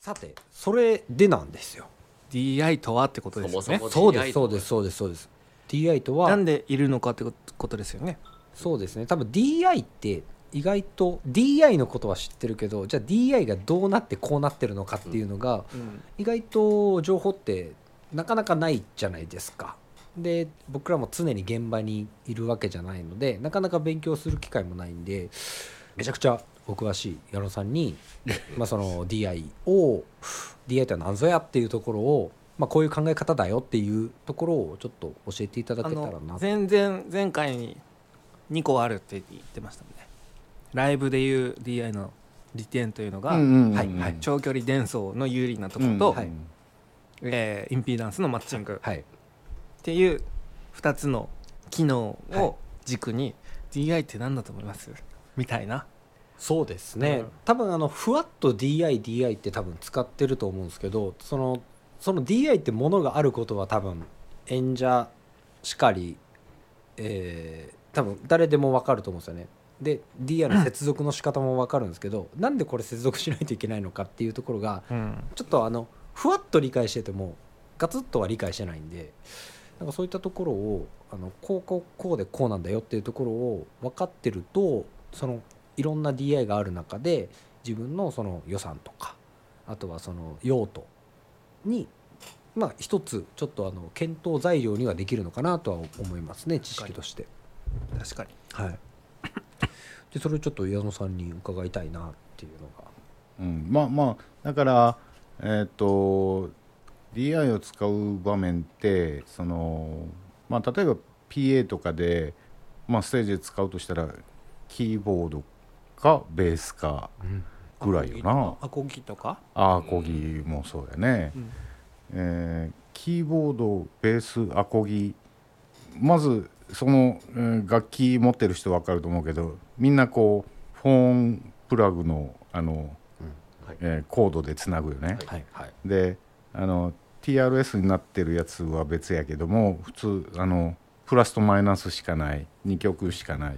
さてそれでなんですよ。 DI とはってことですよね。 そもそうですそうですそうですそうです。 DI とはなんでいるのかってことですよね。 そうですね。多分 DI って意外と DI のことは知ってるけど、じゃあ DI がどうなってこうなってるのかっていうのが、意外と情報ってなかなかないじゃないですか。で僕らも常に現場にいるわけじゃないので、なかなか勉強する機会もないんで、めちゃくちゃお詳しい矢野さんにその DI って何ぞやっていうところを、こういう考え方だよっていうところをちょっと教えていただけたらな。 前回に2個あるって言ってましたもんね。ライブでいう DI の利点というのが、長距離伝送の有利なところと、インピーダンスのマッチングっていう2つの機能を軸に DI って何だと思いますみたいな。 そうですね、多分ふわっと DI って多分使ってると思うんですけど、その DI ってものがあることは多分演者しかり、多分誰でも分かると思うんですよね。で DI の接続の仕方も分かるんですけど、なんでこれ接続しないといけないのかっていうところが、ちょっとふわっと理解しててもガツッとは理解してないんで、なんかそういったところをこうでこうなんだよっていうところを分かってると、そのいろんな DI がある中で自分のその予算とか、あとはその用途に一つちょっと検討材料にはできるのかなとは思いますね、知識として。 確かに、 はい。でそれをちょっと矢野さんに伺いたいなっていうのが、 だから、DI を使う場面って例えば PA とかで、ステージで使うとしたらキーボードかベースかぐらいよな。 アコギとかアコギもそうやね、キーボードベースアコギ、まずその、楽器持ってる人分かると思うけど、みんなこうフォンプラグのコードでつなぐよね、でTRS になってるやつは別やけども、普通プラスとマイナスしかない、2曲しかない、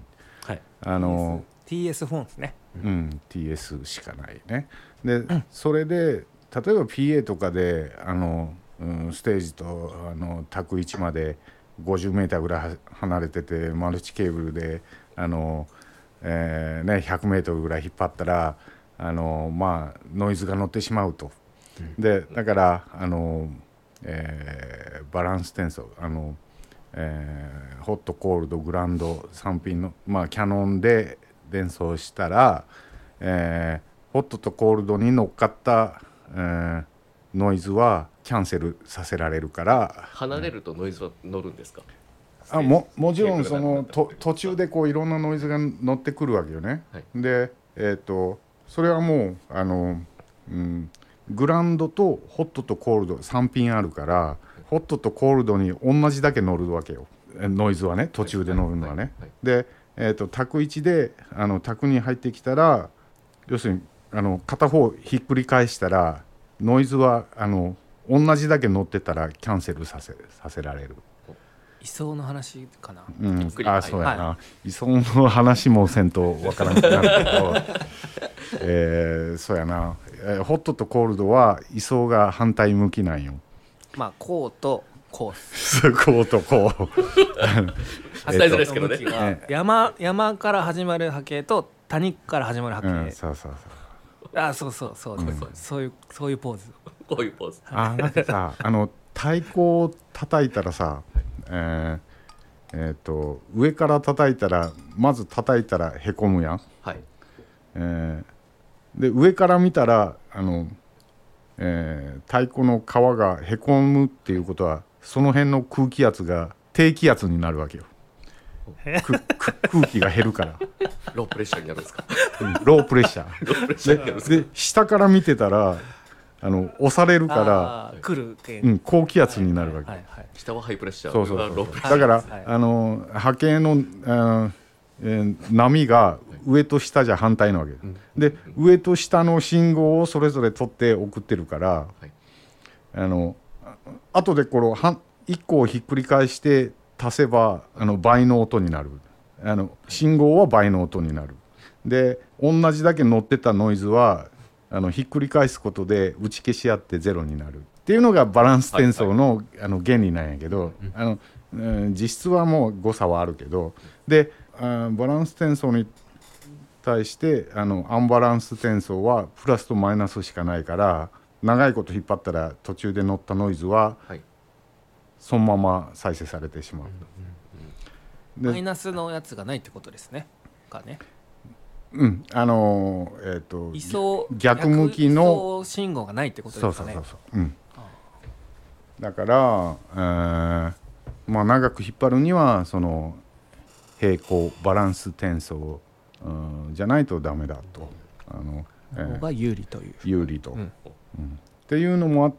TS フォンですね。 TS しかないね。で、それで例えば PA とかでステージと卓位置まで50メーターぐらい離れてて、マルチケーブルで100メートルぐらい引っ張ったらノイズが乗ってしまうと。でだからバランス転送ホットコールドグランド3ピンの、キャノンで伝送したら、ホットとコールドに乗っかった、ノイズはキャンセルさせられるから。 離れるとノイズは乗るんですか？ もちろんその途中でこういろんなノイズが乗ってくるわけよね、でそれはもうグランドとホットとコールド3ピンあるから、ホットとコールドに同じだけ乗るわけよ、ノイズはね、途中で乗るのはね。で、卓位置で卓に入ってきたら、要するに片方ひっくり返したらノイズは同じだけ乗ってたらキャンセルさせられる。 位相の話かな。 そうやな、位相の話もせんとわからなくなるけどそうやな、ホットとコールドは位相が反対向きなんよ。 こうとこうこうとこう反対ですけどね、 山から始まる波形と谷から始まる波形、 そうそういうポーズ、 こういうポーズ。 だってさ太鼓を叩いたらさ、上から叩いたらまず叩いたらへこむやん、で上から見たら太鼓の皮がへこむっていうことは、その辺の空気圧が低気圧になるわけよ。空気が減るからロープレッシャーになるんですか？ ロープレッシャーで下から見てたら押されるから高気圧になるわけ、 下はハイプレッシャー、ロープレッシャーだから波形の波が上と下じゃ反対なわけで、上と下の信号をそれぞれ取って送ってるから、後でこの1個をひっくり返して足せば倍の音になる、信号は倍の音になる。で同じだけ乗ってたノイズはひっくり返すことで打ち消し合ってゼロになるっていうのがバランス転送の、原理なんやけど、実質はもう誤差はあるけど、でバランス転送に対してアンバランス転送はプラスとマイナスしかないから、長いこと引っ張ったら途中で乗ったノイズはそのまま再生されてしまう、 マイナスのやつがないってことですねかね。 逆向きの位相信号がないってことですかね。 だから、長く引っ張るにはその平行バランス転送、じゃないとダメだと、 方が有利とっていうのもあって、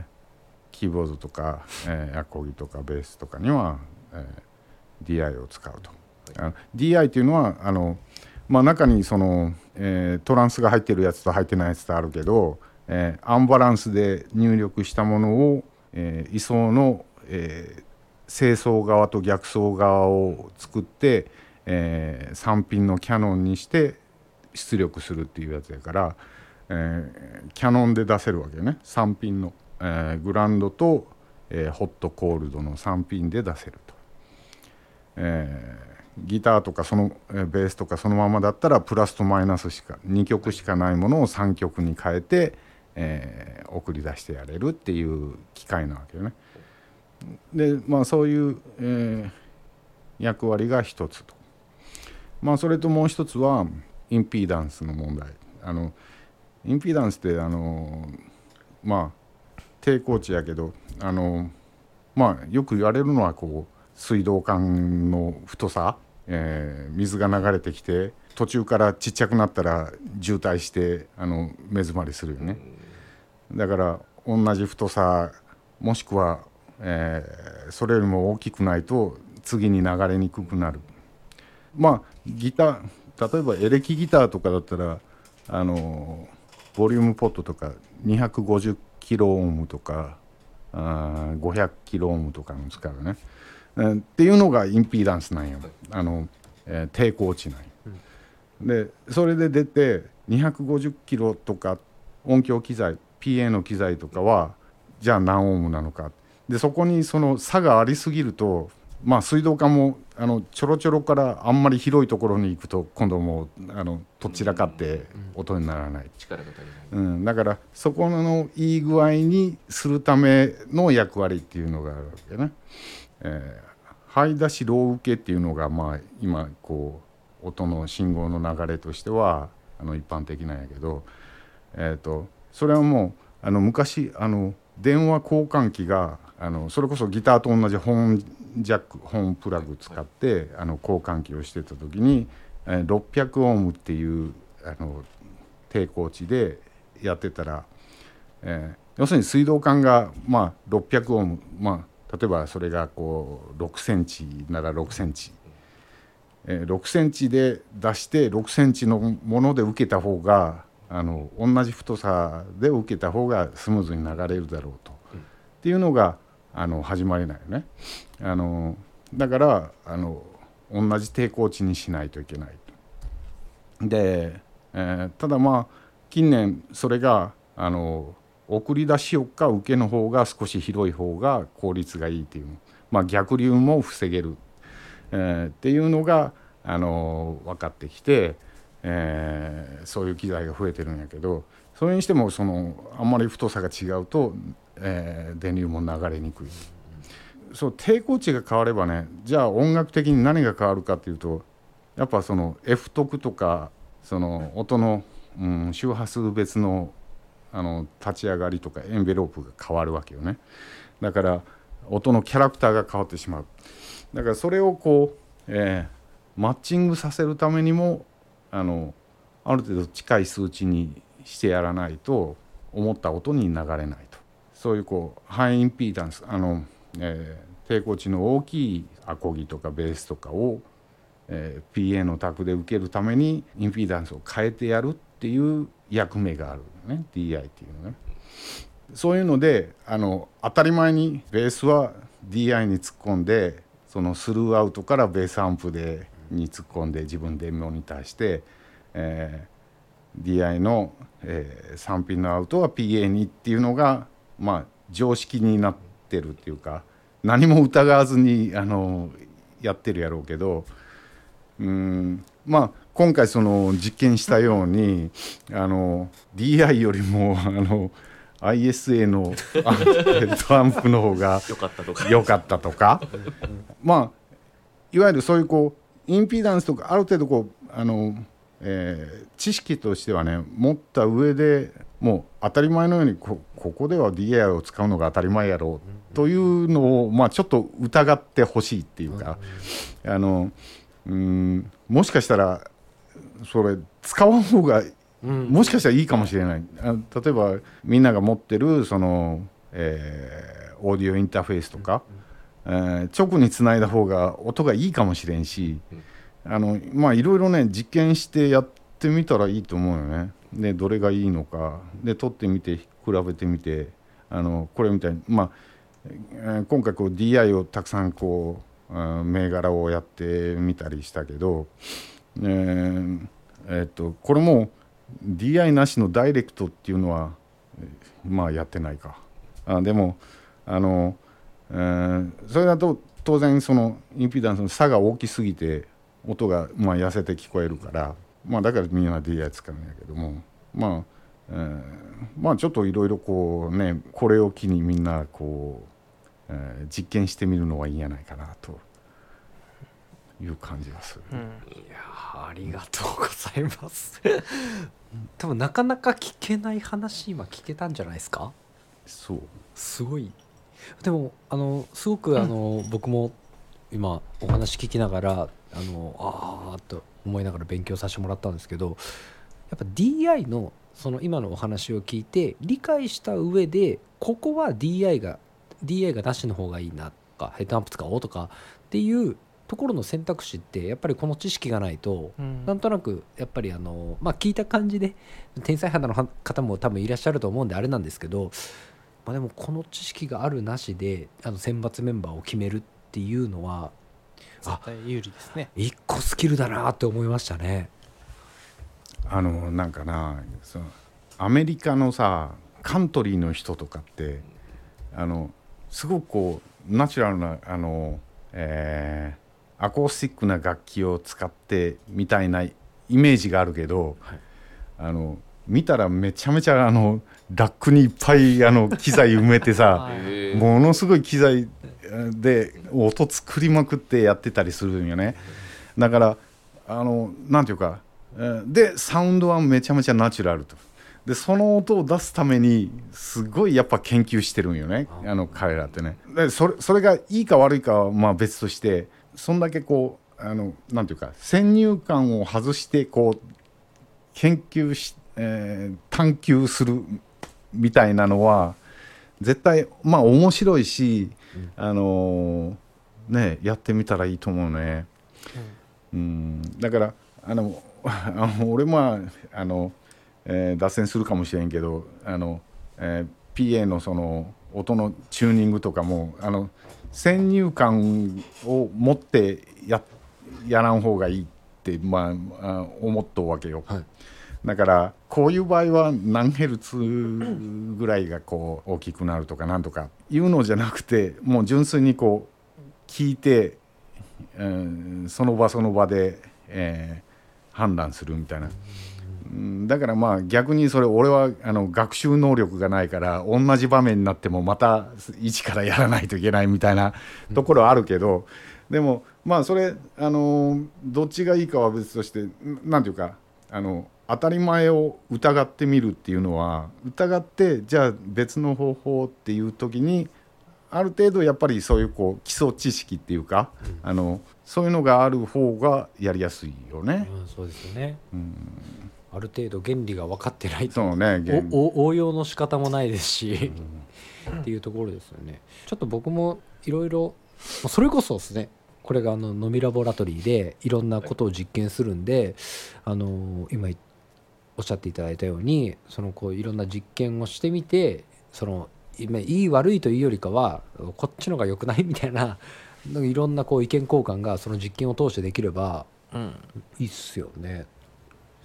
キーボードとか、アコギとかベースとかには、DI を使うと。DI っていうのは中にその、トランスが入ってるやつと入ってないやつとあるけど、アンバランスで入力したものを、位相の、正相側と逆相側を作って、3ピンのキャノンにして出力するっていうやつやから、キャノンで出せるわけよね。3ピンの、グランドと、ホットコールドの3ピンで出せると。ギターとかそのベースとかそのままだったらプラスとマイナスしか2曲しかないものを3曲に変えて、送り出してやれるっていう機械なわけよね。でそういう、役割が一つと、それともう一つはインピーダンスの問題。インピーダンスって抵抗値やけどよく言われるのはこう水道管の太さ、水が流れてきて途中からちっちゃくなったら渋滞して目詰まりするよね。だから同じ太さもしくは、それよりも大きくないと次に流れにくくなる。ギター例えばエレキギターとかだったらボリュームポットとか250キロオームとか500キロオームとかの使うね、っていうのがインピーダンスなんよ。抵抗値なんよ。でそれで出て250キロとか音響機材 PA の機材とかはじゃあ何オームなのか。でそこにその差がありすぎると水道管もちょろちょろからあんまり広いところに行くと今度もうとっちらかって音にならない、 力が足りない、 だからそこのいい具合にするための役割っていうのがあるわけね。ハイ出しロー受けっていうのが今こう音の信号の流れとしては一般的なんやけど、それはもう昔電話交換機がそれこそギターと同じホーンジャックホーンプラグ使って交換機をしてた時に600オームっていう抵抗値でやってたら、要するに水道管が600オーム例えばそれがこう6センチなら6センチ、6センチで出して6センチのもので受けた方が同じ太さで受けた方がスムーズに流れるだろうと、っていうのが始まりなんよね。だから同じ抵抗値にしないといけない。で、ただ近年それが送り出しよっか受けの方が少し広い方が効率がいいっていう、逆流も防げる、っていうのが分かってきて、そういう機材が増えてるんやけど、それにしてもあんまり太さが違うと、電流も流れにくい。そう抵抗値が変わればね、じゃあ音楽的に何が変わるかっていうと、やっぱF 徳とか音の、周波数別の立ち上がりとかエンベロープが変わるわけよね。だから音のキャラクターが変わってしまう。だからそれをこう、マッチングさせるためにもある程度近い数値にしてやらないと思った音に流れないと。そういうハイインピーダンス抵抗値の大きいアコギとかベースとかを、PA の卓で受けるためにインピーダンスを変えてやるっていう役目があるね、 DI っていうのね。そういうので当たり前にベースは DI に突っ込んでスルーアウトからベースアンプに突っ込んで自分でモニターして、 DI の、3ピンのアウトは PA にっていうのが、まあ、常識になってるっていうか、何も疑わずにやってるやろうけど、まあ今回その実験したようにDI よりもISA のヘッドアンプの方が良かったとかまあいわゆるそういうこうインピダンスとかある程度こう知識としてはね持った上でもう当たり前のようにここでは DI を使うのが当たり前やろうというのを、まあ、ちょっと疑ってほしいっていうか、もしかしたらそれ使わん方がもしかしたらいいかもしれない。例えばみんなが持ってるその、オーディオインターフェースとか、直につないだ方が音がいいかもしれんし、まあいろいろね実験してやってみたらいいと思うよね。でどれがいいのかで撮ってみて比べてみてこれみたいにまあ今回こう DI をたくさんこう銘柄をやってみたりしたけど、これも DI なしのダイレクトっていうのはまあやってないか。でもそれだと当然そのインピダンスの差が大きすぎて音がまあ痩せて聞こえるから、まあ、だからみんな DI 使うんやけどもまあちょっといろいろこうねこれを機にみんなこう、実験してみるのはいいんじゃないかなという感じがする、 いやありがとうございます多分なかなか聞けない話今聞けたんじゃないですか。 そうすごい。でもすごく僕も今お話聞きながらと思いながら勉強させてもらったんですけど、やっぱ DI のその今のお話を聞いて理解した上でここは DI がなしの方がいいなとかヘッドアンプ使おうとかっていうところの選択肢ってやっぱりこの知識がないと、なんとなくやっぱり聞いた感じで天才肌の方も多分いらっしゃると思うんであれなんですけど、でもこの知識があるなしで選抜メンバーを決めるっていうのは絶対有利ですね。 一個スキルだなって思いましたね。 なんかなそのアメリカのさカントリーの人とかってすごくこうナチュラルなアコースティックな楽器を使ってみたいなイメージがあるけど、はい、見たらめちゃめちゃラックにいっぱい機材埋めてさものすごい機材で音作りまくってやってたりするんよね。だからなんていうかでサウンドはめちゃめちゃナチュラルと。でその音を出すためにすごいやっぱ研究してるんよね彼らってね。でそれがいいか悪いかはまあ別としてそんだけこうなんていうか先入観を外してこう研究し、探求するみたいなのは絶対まあ面白いし、ねやってみたらいいと思うね。だから俺も脱線するかもしれんけどPA のその音のチューニングとかも先入観を持ってやらん方がいいって、まあ、思っとうわけよ、はい、だからこういう場合は何ヘルツぐらいがこう大きくなるとかなんとかいうのじゃなくてもう純粋にこう聞いて、その場その場で、判断するみたいな。だからまあ逆にそれ俺は学習能力がないから同じ場面になってもまた一からやらないといけないみたいなところはあるけど、でもまあそれどっちがいいかは別としてなんていうか当たり前を疑ってみるっていうのは疑ってじゃあ別の方法っていう時にある程度やっぱりそういうこう基礎知識っていうかそういうのがある方がやりやすいよね。 そうですよね。ある程度原理が分かってないとそう、ね、 応用の仕方もないですし、っていうところですよね。ちょっと僕もいろいろそれこそですねこれがノミラボラトリーでいろんなことを実験するんで今おっしゃっていただいたようにこういろんな実験をしてみていい悪いというよりかはこっちのが良くないみたいないろんなこう意見交換がその実験を通してできればいいっすよね。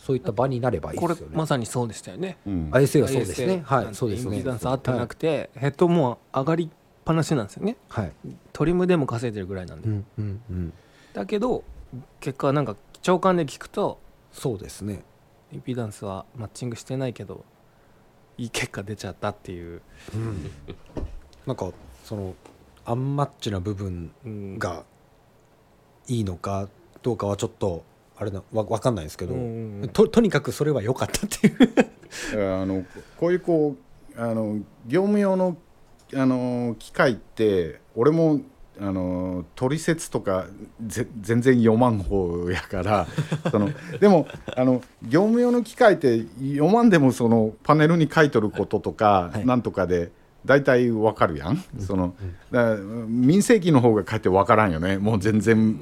そういった場になればいいですよね。 これまさにそうでしたよね、 ISA はそうですね。はい、そうですね。 インピダンス合ってなくて、ヘッドも上がりっぱなしなんですよね、 はい、 トリムでも稼いでるぐらいなんで、だけど結果なんか長官で聞くとそうですね、 インピダンスはマッチングしてないけどいい結果出ちゃったっていう、 なんかそのアンマッチな部分がいいのかどうかはちょっとあれな分かんないですけど、とにかくそれは良かったっていうこういう業務用の機械って俺も取説とか全然読まん方やからでも業務用の機械って読まんでもそのパネルに書いとることとか、なんとかで大体わかるやん、だから民生機の方が書いてわからんよね。もう全然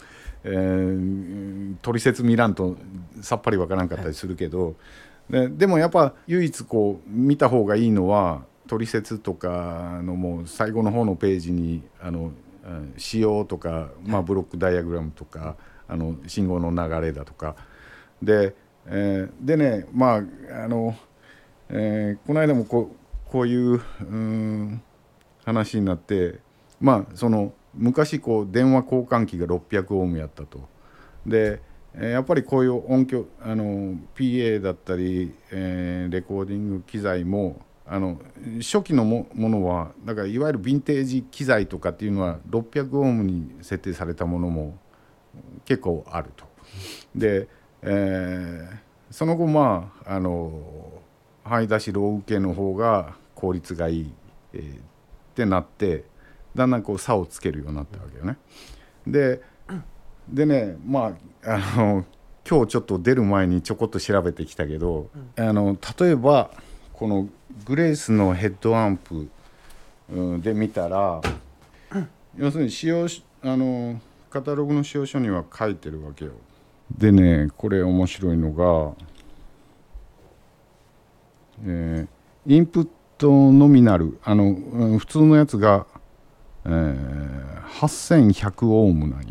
取説見らんとさっぱりわからんかったりするけど、でもやっぱ唯一こう見た方がいいのは取説とかのもう最後の方のページに仕様とか、ブロックダイアグラムとか信号の流れだとかでね、この間もこういう話になって、その昔こう電話交換機が600オームやったと。でやっぱりこういう音響PA だったり、レコーディング機材も初期のものはだからいわゆるヴィンテージ機材とかっていうのは600オームに設定されたものも結構あると。で、その後ハイ出しロー受けの方が効率がいい、ってなってだんだんこう差をつけるようになったわけよね。でね今日ちょっと出る前にちょこっと調べてきたけど、例えばこのグレースのヘッドアンプ、で見たら、要するに使用カタログの使用書には書いてるわけよ。でねこれ面白いのが、インプットノミナル普通のやつが、8100オームなんよ。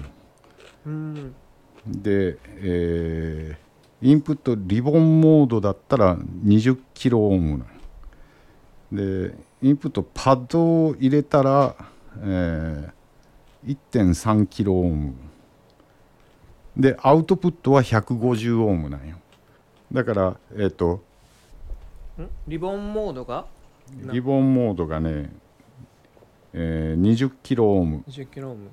で、インプットリボンモードだったら20キロオームなんよ。でインプットパッドを入れたら、1.3 キロオームでアウトプットは150オームなんよ。だからリボンモードがね、20キロオーム。 20キロオーム。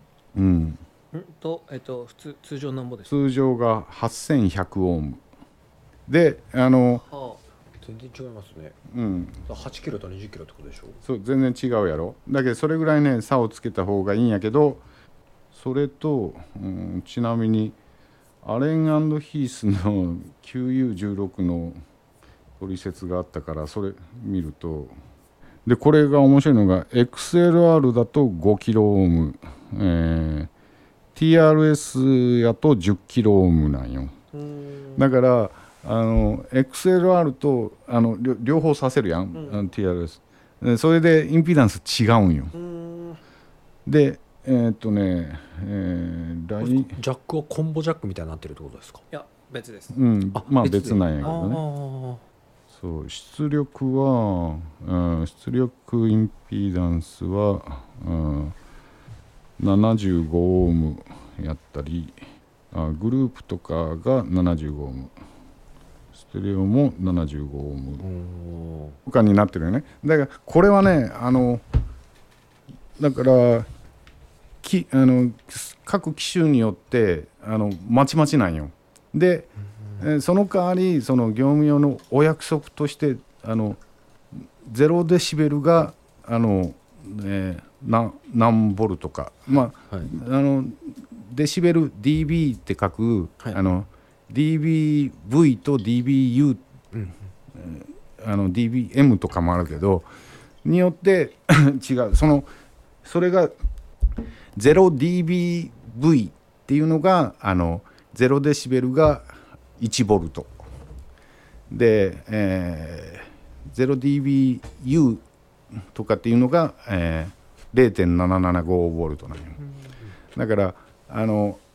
通常なんぼですか？ 通常が8100オームで全然違いますね。8キロと20キロってことでしょ。 そう全然違うやろ。だけどそれぐらいね差をつけた方がいいんやけど、それと、ちなみにアレン&ヒースの QU16 の取説があったからそれ見ると、でこれが面白いのが XLR だと5キロオーム、TRS やと10キロオームなんよ。だからXLR と両方させるやん、TRS それでインピダンス違うんよ。でジャックはコンボジャックみたいになってるってことですか？ いや別です。 別なんやけどね。そう出力は、出力インピダンスは、75オームやったり、グループとかが75オーム、ステレオも75オームとかになってるよね。だからこれはねだから各機種によってまちまちなんよ。で、その代わりその業務用のお約束として0デシベルが何ボルトか、デシベル dB って書く、dBV と dBu、dBm とかもあるけどによって違う。それが 0dBV っていうのが0デシベルが1ボルトで、0dBu とかっていうのが、0.775 ボルトなんよ。だから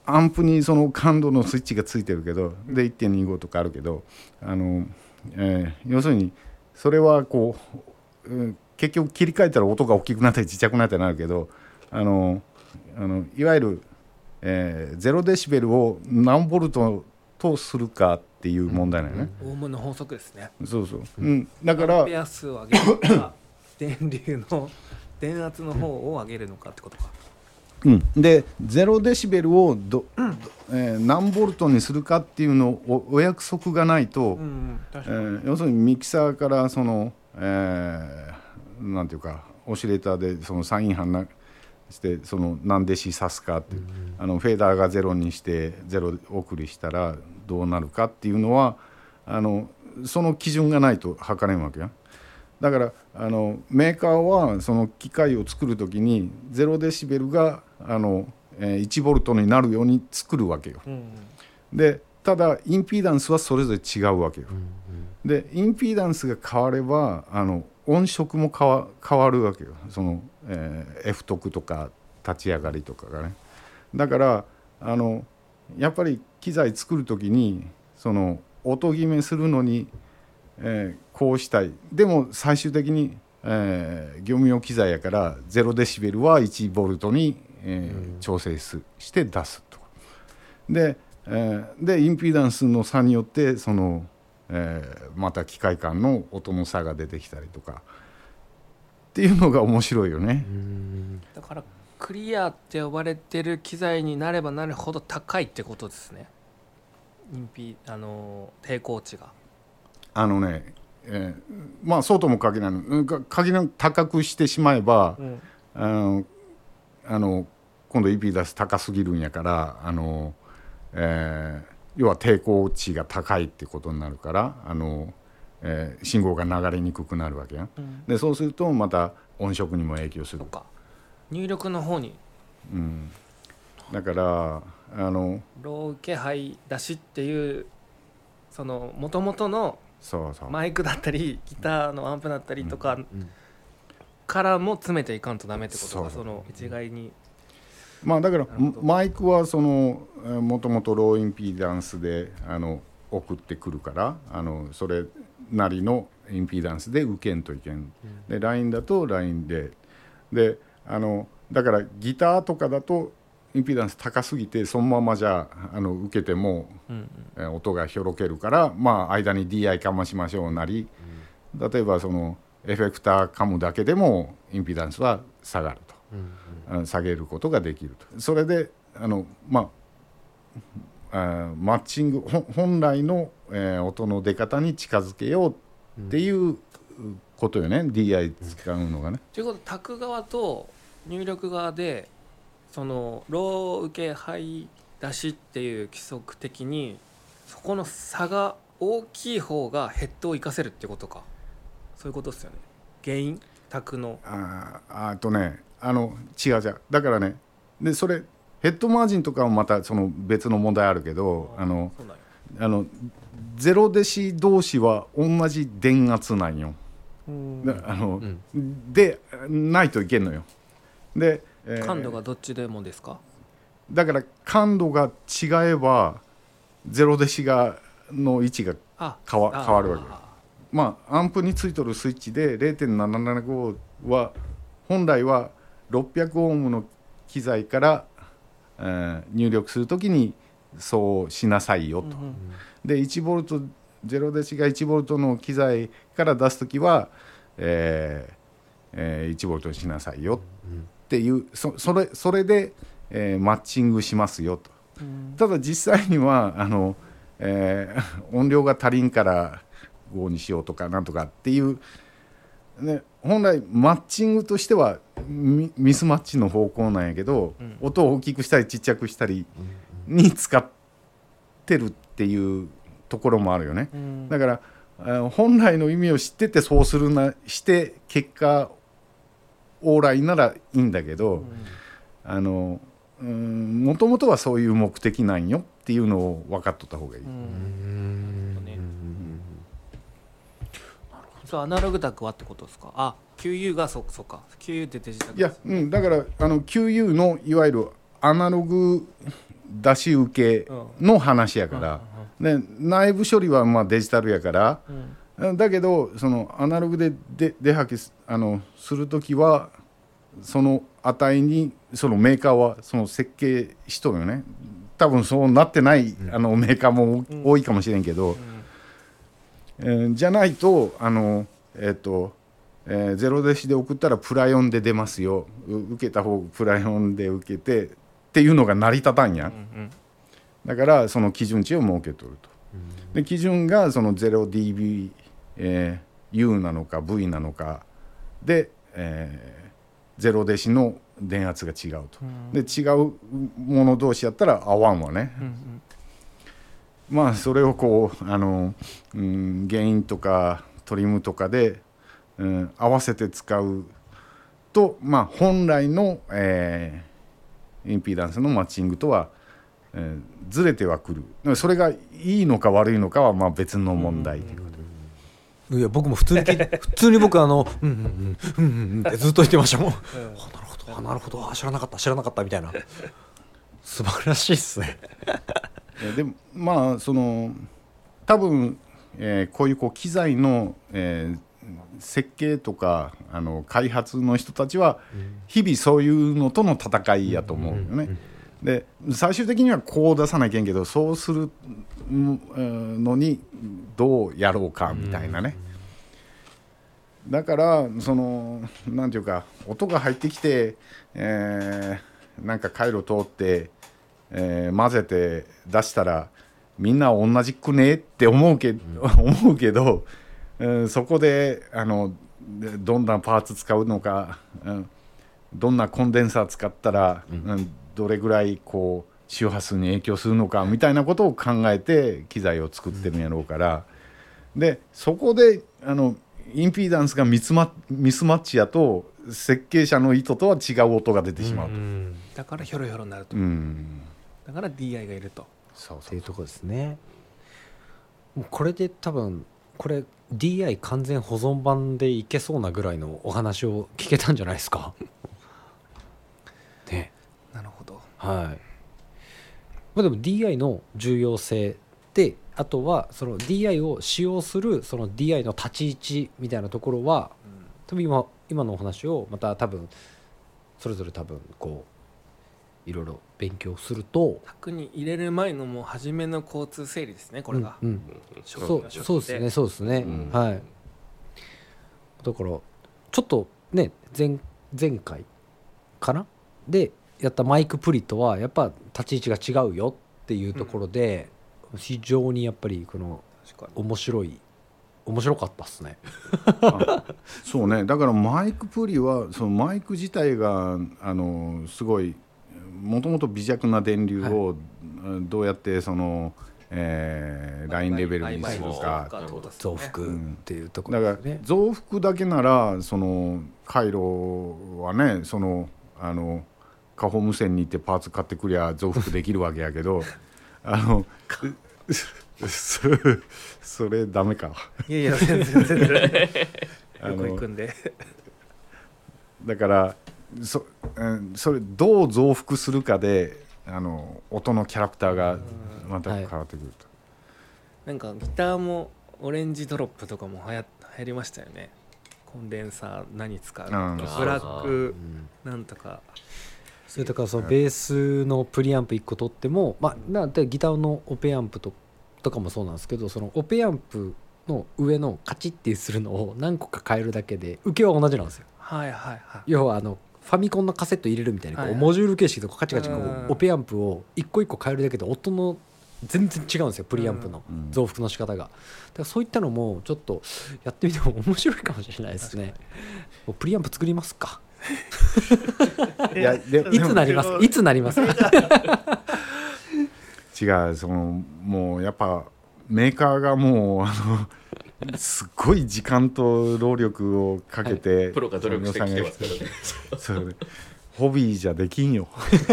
アンプにその感度のスイッチがついてるけどで 1.25 とかあるけど要するにそれはこう、結局切り替えたら音が大きくなったりちっちゃくなったりなるけどいわゆる、0デシベルを何ボルトとするかっていう問題なのね。 オームの法則ですね。 そうそう、だからアンペア数を上げるのか電流の電圧の方を上げるのかってことか。 で0デシベルを何ボルトにするかっていうのをお約束がないと、要するにミキサーからその、なんていうかオシレーターでそのサイン反してその何デシ刺すかって、フェーダーが0にして0送りしたらどうなるかっていうのはその基準がないと測れんわけや。だからメーカーはその機械を作るときに0デシベルが1ボルトになるように作るわけよ。でただインピーダンスはそれぞれ違うわけよ。でインピーダンスが変われば音色も変わるわけよ。その、F 徳とか立ち上がりとかがね。だからやっぱり機材作るときにその音決めするのにこうしたい。でも最終的に、業務用機材やから0デシベルは1ボルトに、調整して出すと。でインピーダンスの差によってその、また機械間の音の差が出てきたりとかっていうのが面白いよね。 だからクリアって呼ばれてる機材になればなるほど高いってことですね。抵抗値がまあそうとも限らない高くしてしまえば、今度インピーダンス高すぎるんやから要は抵抗値が高いってことになるから信号が流れにくくなるわけや、でそうするとまた音色にも影響する。 入力の方に、 だからロー受け配出しっていうその元々のマイクだったりギターのアンプだったりとかからも詰めていかんとダメってことか。その一概にまあだからマイクはそのもともとローインピーダンスで送ってくるからそれなりのインピーダンスで受けんといけん、でラインだとラインでだからギターとかだとインピーダンス高すぎてそのままじゃ受けても、音がひょろけるからまあ間に DI かましましょうなり、例えばそのエフェクターかむだけでもインピーダンスは下がると、下げることができると。それでマッチング本来の、音の出方に近づけようっていうことよね、DI 使うのがね。 ということでタク側と入力側でそのロー受け配出しっていう規則的にそこの差が大きい方がヘッドを活かせるってことか。そういうことですよね。原因タクの違うだからね。でそれヘッドマージンとかはまたその別の問題あるけど0デシ同士は同じ電圧なんよ。でないといけんのよ。で感度がどっちでもですか。 だから感度が違えば0デシの位置が変わるわけ。まあアンプについてるスイッチで 0.775 は本来は600オームの機材から、入力するときにそうしなさいよと。で1ボルト0デシが1ボルトの機材から出すときは、1ボルトにしなさいよっていうそれで、マッチングしますよと。ただ実際には音量が足りんから5にしようとかなんとかっていう、ね、本来マッチングとしてはミスマッチの方向なんやけど、音を大きくしたりちっちゃくしたりに使ってるっていうところもあるよね。だから本来の意味を知っててそうするなして結果オーライならいいんだけど、もともとはそういう目的なんよっていうのを分かっとった方がいい。 アナログタクはってことですか。QU がそうか QU ってデジタル。 いや、だからQU のいわゆるアナログ出し受けの話やから、で内部処理はまあデジタルやから、だけどそのアナログで出はけするときはその値にそのメーカーはその設計しとるよね。多分そうなってないメーカーも多いかもしれんけど、じゃないとゼロデシで送ったらプライオンで出ますよ、受けた方プライオンで受けてっていうのが成り立たんや、だからその基準値を設けとると、で基準がその 0dB、U なのか V なのかで、ゼロデシの電圧が違うと、で違うもの同士やったら合わんわね、まあそれをこうゲインとかトリムとかで合わせて使うと、まあ、本来の、インピダンスのマッチングとは、ずれてはくる。それがいいのか悪いのかはまあ別の問題ということ、 いや僕も普通に僕ってずっと言ってましたもん、なるほどなるほど、知らなかったみたいな素晴らしいっすねでもまあその多分、こういう機材の、設計とか開発の人たちは日々そういうのとの戦いやと思うよね。で最終的にはこう出さなきゃいけんけど、そうするのにどうやろうかみたいなね。だからそのなんていうか、音が入ってきて、なんか回路通って、混ぜて出したらみんな同じくねって思うけど、そこでどんなパーツ使うのか、どんなコンデンサー使ったら、どれぐらいこう周波数に影響するのかみたいなことを考えて機材を作ってるんやろうから、でそこでインピーダンスがミスマッチやと設計者の意図とは違う音が出てしまうと、 だからヒョロヒョロになると、だから DI がいると、 そうっていうところですね。もうこれで多分これ DI 完全保存版でいけそうなぐらいのお話を聞けたんじゃないですかね。 なるほど。 はい。まあ、でも DI の重要性で、あとはその DI を使用するその DI の立ち位置みたいなところは、多分今のお話をまた多分それぞれ多分こういろいろ勉強すると、 卓に入れる前のもう初めの交通整理ですね、これが。 そうですね、はい。だからちょっとね、前回かなでやったマイクプリとはやっぱ立ち位置が違うよっていうところで、非常にやっぱりこの面白かったっすねそうね、だからマイクプリはそのマイク自体がすごいもともと微弱な電流をどうやってその、ラインレベルにするか、 増幅っていうところ、 だから増幅だけならその回路はね、その下方無線に行ってパーツ買ってくりゃ増幅できるわけやけどそれダメか。 いや全然横行くんでだからそれどう増幅するかで音のキャラクターがまた変わってくると、 なんかギターもオレンジドロップとかも流行りましたよね。コンデンサー何使うとか、ブラックなんとか、 それとかそのベースのプリアンプ1個取っても、なんてギターのオペアンプとかもそうなんですけど、そのオペアンプの上のカチッてするのを何個か変えるだけで受けは同じなんですよ。要はファミコンのカセット入れるみたいにこうモジュール形式でカチカチこうオペアンプを一個一個変えるだけで音の全然違うんですよ、プリアンプの増幅の仕方が。だからそういったのもちょっとやってみても面白いかもしれないですね。もうプリアンプ作りますかいつなります違う、そのもうやっぱメーカーがもうすっごい時間と労力をかけて、 プロが努力してきてますからねそうホビーじゃできんよ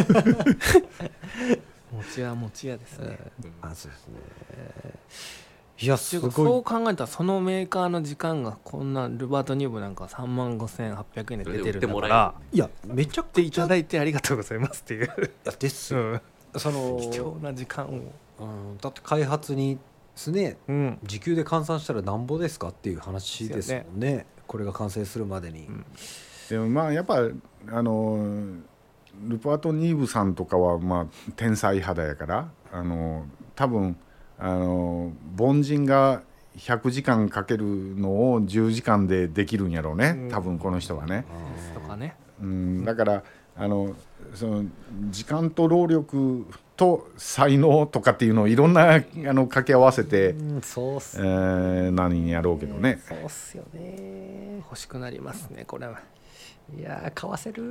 持ち屋ですね。 そうですね。いやすごい。 そう考えたらそのメーカーの時間がこんなルバート・ニューブなんか35,800円で出てるんだから、 いやめちゃくちゃいただいてありがとうございますっていうです、 その貴重な時間を、 だって開発にですね、 うん、 時給で換算したらなんぼですかっていう話ですもんね、これが完成するまでに、 でもまあやっぱルパート・ニーブさんとかはまあ天才肌やから多分凡人が100時間かけるのを10時間でできるんやろうね、多分この人はね。 とかね、 だからその時間と労力と才能とかっていうのをいろんな掛け合わせて、 そうっす何やろうけどね。 そうっすよね。 欲しくなりますねこれは。 いや買わせる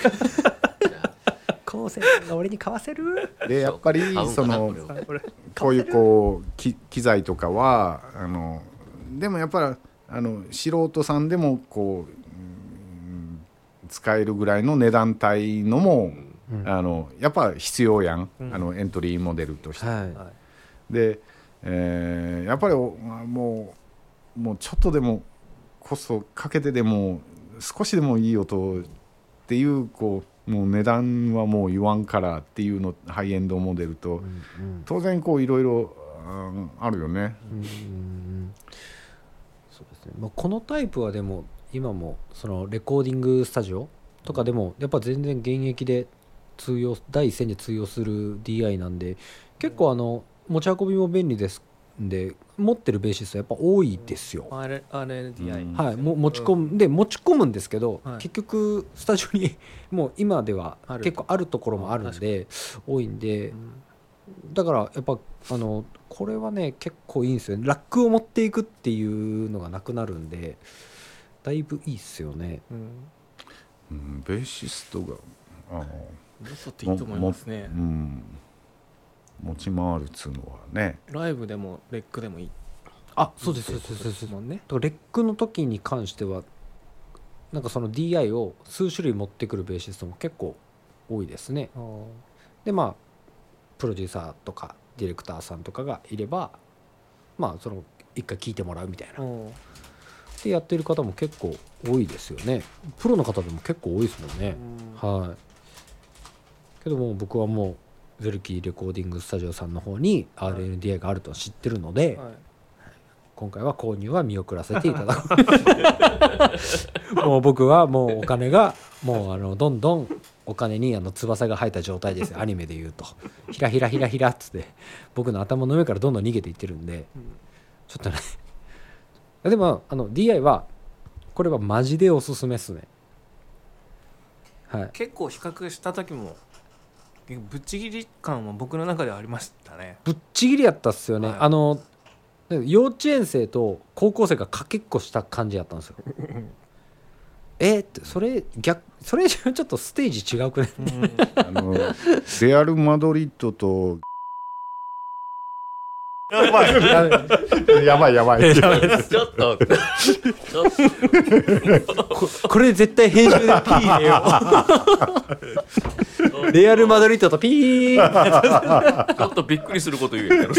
昴生さんが俺に買わせる。 でやっぱりそのこういう機材とかはでもやっぱり素人さんでもこう使えるぐらいの値段帯のも、やっぱ必要やん、エントリーモデルとして。で、やっぱりもうちょっとでもコストかけてでも少しでもいい音っていうもう値段はもう言わんからっていうのハイエンドモデルと、当然いろいろあるよね。 そうですね。このタイプはでも今もそのレコーディングスタジオとかでもやっぱ全然現役で第一線で通用する DI なんで、結構持ち運びも便利ですんで持ってるベーシストやっぱ多いですよ。 RNDI、 はい、持ち込むんですけど、結局スタジオにもう今では結構あるところもあるんで多いんで、だからやっぱこれはね結構いいんですよね。ラックを持っていくっていうのがなくなるんでだいぶいいっすよね。 ベーシストが嘘っていいと思いますね。 持ち回るっつうのはね。 ライブでもレックでもいい。 そうですもんね。レックの時に関してはなんかその DI を数種類持ってくるベーシストも結構多いですね。でプロデューサーとかディレクターさんとかがいればその一回聞いてもらうみたいなでやってる方も結構多いですよね。プロの方でも結構多いですもんね。けども僕はもうゼルキーレコーディングスタジオさんの方に RNDI があるとは知ってるので、今回は購入は見送らせていただくもう僕はもうお金がもうどんどんお金に翼が生えた状態ですよ。アニメで言うとひらひらひらひらっつって僕の頭の上からどんどん逃げていってるんで、ちょっとねでもDI はこれはマジでおすすめっすね。 結構比較した時もぶっちぎり感は僕の中ではありましたね。 ぶっちぎりやったっすよね。幼稚園生と高校生がかけっこした感じやったんですよそれちょっとステージ違うくねレアル・マドリッドとやばいちょっとこれ絶対編集でピー入れようレアル・マドリッドとピーちょっとびっくりすること言うやろ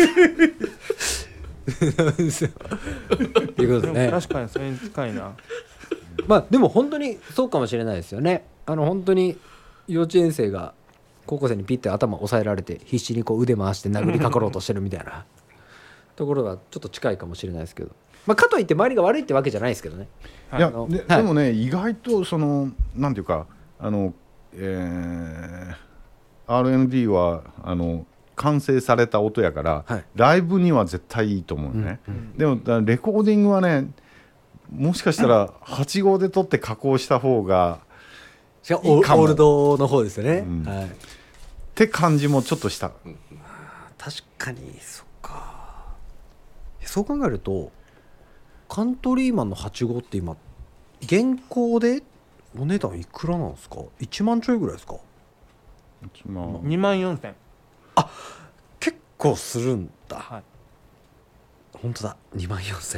っていうことね。 確かにそれに近いな。 でも本当にそうかもしれないですよね。本当に幼稚園生が高校生にピッて頭押さえられて必死に腕回して殴りかかろうとしてるみたいなところがちょっと近いかもしれないですけど、かといって周りが悪いってわけじゃないですけどね。 いやでもね、意外となんていうかRND は完成された音やから、ライブには絶対いいと思うね。でもレコーディングはね、もしかしたら8号で撮って加工した方がいいかも。オールドの方ですよね、 って感じもちょっとした。 確かにそっか。そう考えるとカントリーマンの8号って今現行でお値段いくらなんですか。1万ちょいぐらいですか。 24,000。 結構するんだ。本当だ、24,000。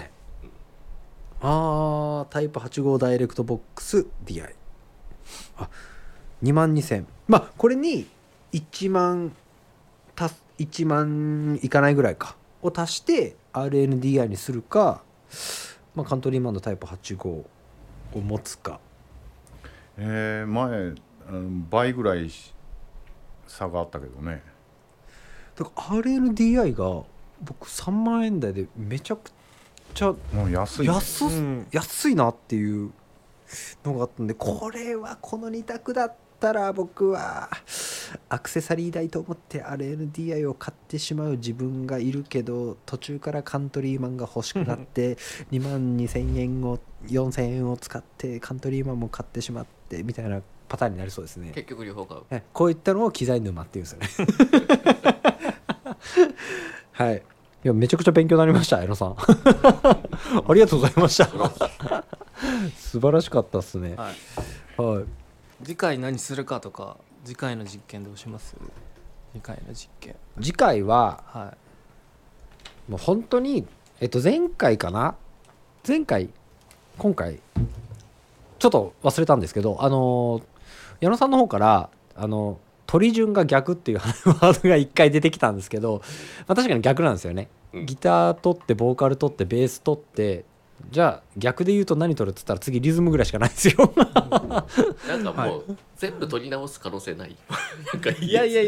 タイプ8号ダイレクトボックス DI。22,000。これに1万いかないぐらいかを足して RNDI にするか、カントリーマンのタイプ8号を持つか。 前倍ぐらい差があったけどね。 だから RLDI が僕3万円台でめちゃくちゃもう安いね、 安いなっていうのがあったんで、これはこの2択だったら僕はアクセサリー代と思って RLDI を買ってしまう自分がいるけど、途中からカントリーマンが欲しくなって2万2000円を4000円を使ってカントリーマンも買ってしまってみたいなパターンになりそうですね。 結局両方買う。 こういったのを機材沼っていうんですよねはい、いやめちゃくちゃ勉強になりました江野さんありがとうございました素晴らしかったですね。 はい、 はい、 次回何するかとか、次回の実験どうします？次回の実験、 次回は、 はもう本当に前回かな、今回ちょっと忘れたんですけど、矢野さんの方から取り順が逆っていうワードが1回出てきたんですけど、まあ、確かに逆なんですよね。ギター取ってボーカル取ってベース取って、じゃあ逆で言うと何取るっつったら次リズムぐらいしかないですよなんかもう全部取り直す可能性ないなんかいやいや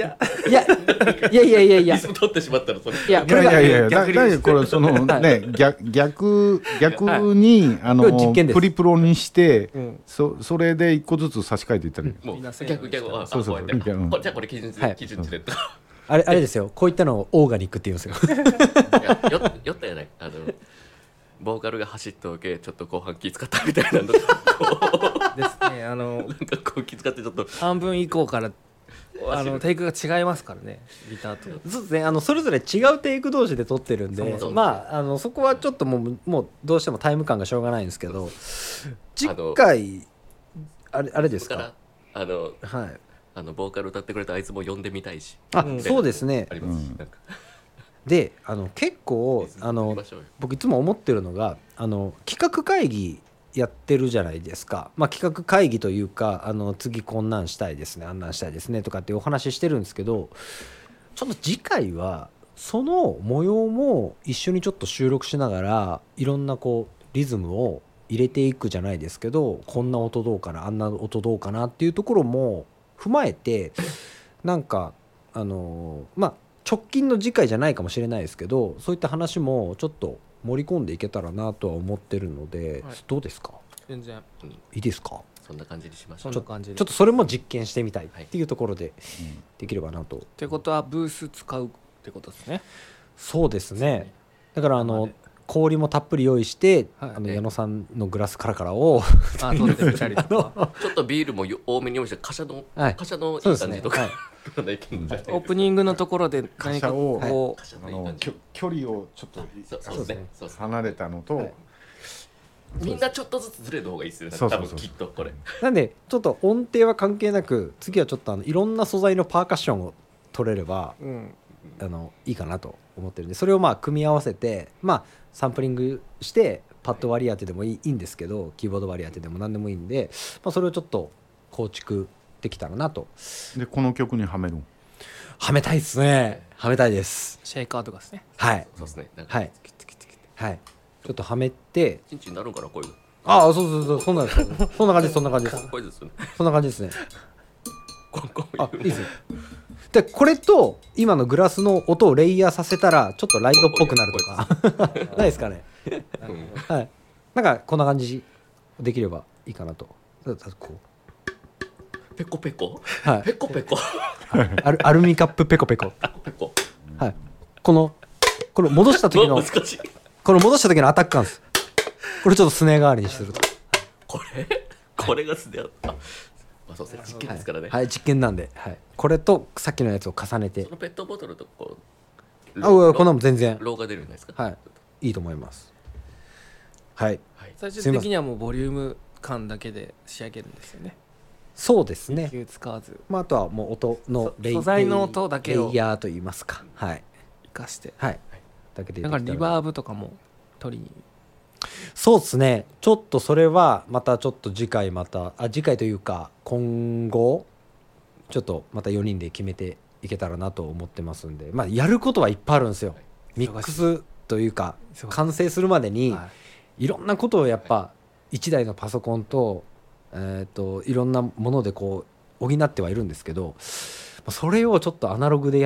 リズム取ってしまったらそれいやだからこれそのね逆に実験ですプリプロにしてそれで一個ずつ差し替えていったらいい。 もう逆そうそうじゃあこれ基準値でとかあれですよ、こういったのをオーガニックって言うんですよ酔ったやないボーカルが走っておけちょっと後半気使ったみたいなのですね、 なんかこう気使ってちょっと半分以降からテイクが違いますからね、ギターと。 そうですね、それぞれ違うテイク同士で撮ってるんで、 そうまあそこはちょっともうどうしてもタイム感がしょうがないんですけど、次回あれですか、 はい、ボーカル歌ってくれたあいつも呼んでみたいし、 そうですね、 あります、なんかで結構僕いつも思ってるのが企画会議やってるじゃないですか。まあ、企画会議というか次こんなんしたいですね、あんなんしたいですねとかっていうお話ししてるんですけど、ちょっと次回はその模様も一緒にちょっと収録しながらいろんなこうリズムを入れていくじゃないですけど、こんな音どうかな、あんな音どうかなっていうところも踏まえて、なんかまあ直近の次回じゃないかもしれないですけど、そういった話もちょっと盛り込んでいけたらなとは思ってるので、 はい、 どうですか？ 全然いいですか？ そんな感じにしましょう。 ちょっとそれも実験してみたいっていうところでできればなと。 ってことはブース使うってことですね。 そうですね。だから氷もたっぷり用意して、 はい、 矢野さんのグラスカラカラを取ってみたりとかちょっとビールも多めに用意して貨車のいい感じとか、はいオープニングのところで何かこう距離をちょっと離れたのと、はい、 みんなちょっとずつずれる方がいいですよね。多分きっとこれなんでちょっと音程は関係なく、次はちょっといろんな素材のパーカッションを取れれば、いいかなと思ってるんで、それをまあ組み合わせて、まあサンプリングしてパッド割り当てでもいいんですけど、キーボード割り当てでも何でもいいんで、まあ、それをちょっと構築できたらなと。 でこの曲にはめる、 はめたいですね。はめたいです。 シェイカーとかですね。 はい。 そうですね。 はい。はい。ちょっとはめて。 チンチンなるんかなこういう。 ああ、そうそんな感じです。そんな感じです。そんな感じですね。あ、いいですね。でこれと今のグラスの音をレイヤーさせたらちょっとライトっぽくなるとかないですかね。はい。なんかこんな感じできればいいかなと。こう。 ペコペコ、 はい、 ペコペコアルミカップペコペコ、はい、この戻した時のこの戻した時のアタック感です。これちょっとスネー代わりにすると、 これがスネーだった。まあそうですね、実験ですからね。 はい、実験なんで、はい、これとさっきのやつを重ねて、 そのペットボトルとこうこんなも全然ローが出るんじゃないですか。 はい、いいと思います。はい、 最終的にはもうボリューム感だけで仕上げるんですよね。 そうですね。 使わず、 まあ、あとはもう音の素材の音だけをレイヤーといいますか、はい、 生かして、 はい、だけでだからリバーブとかも取りに。 そうですね。ちょっとそれはまたちょっと次回というか今後ちょっとまた4人で決めていけたらなと思ってますんで、まあやることはいっぱいあるんですよ。ミックスというか完成するまでにいろんなことをやっぱ1台のパソコンといろんなものでこう補ってはいるんですけど、それをちょっとアナログでや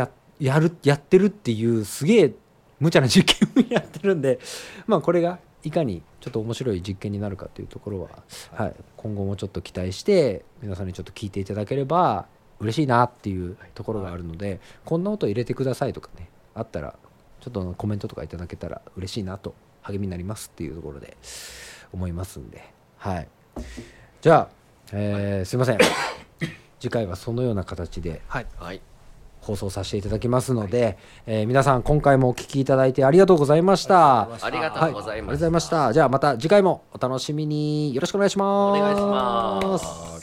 やってるっていうすげえ無茶な実験をやってるんで、まあこれがいかにちょっと面白い実験になるかっていうところは、はい、今後もちょっと期待して皆さんにちょっと聞いていただければ嬉しいなっていうところがあるので、こんな音入れてくださいとかねあったらちょっとコメントとかいただけたら嬉しいなと、励みになりますっていうところで思いますんで、はい、じゃあ、すいません次回はそのような形で放送させていただきますので、皆さん今回もお聞きいただいてありがとうございました。 ありがとうございました。 ありがとうございました。じゃあまた次回もお楽しみに。よろしくお願いします。 お願いします。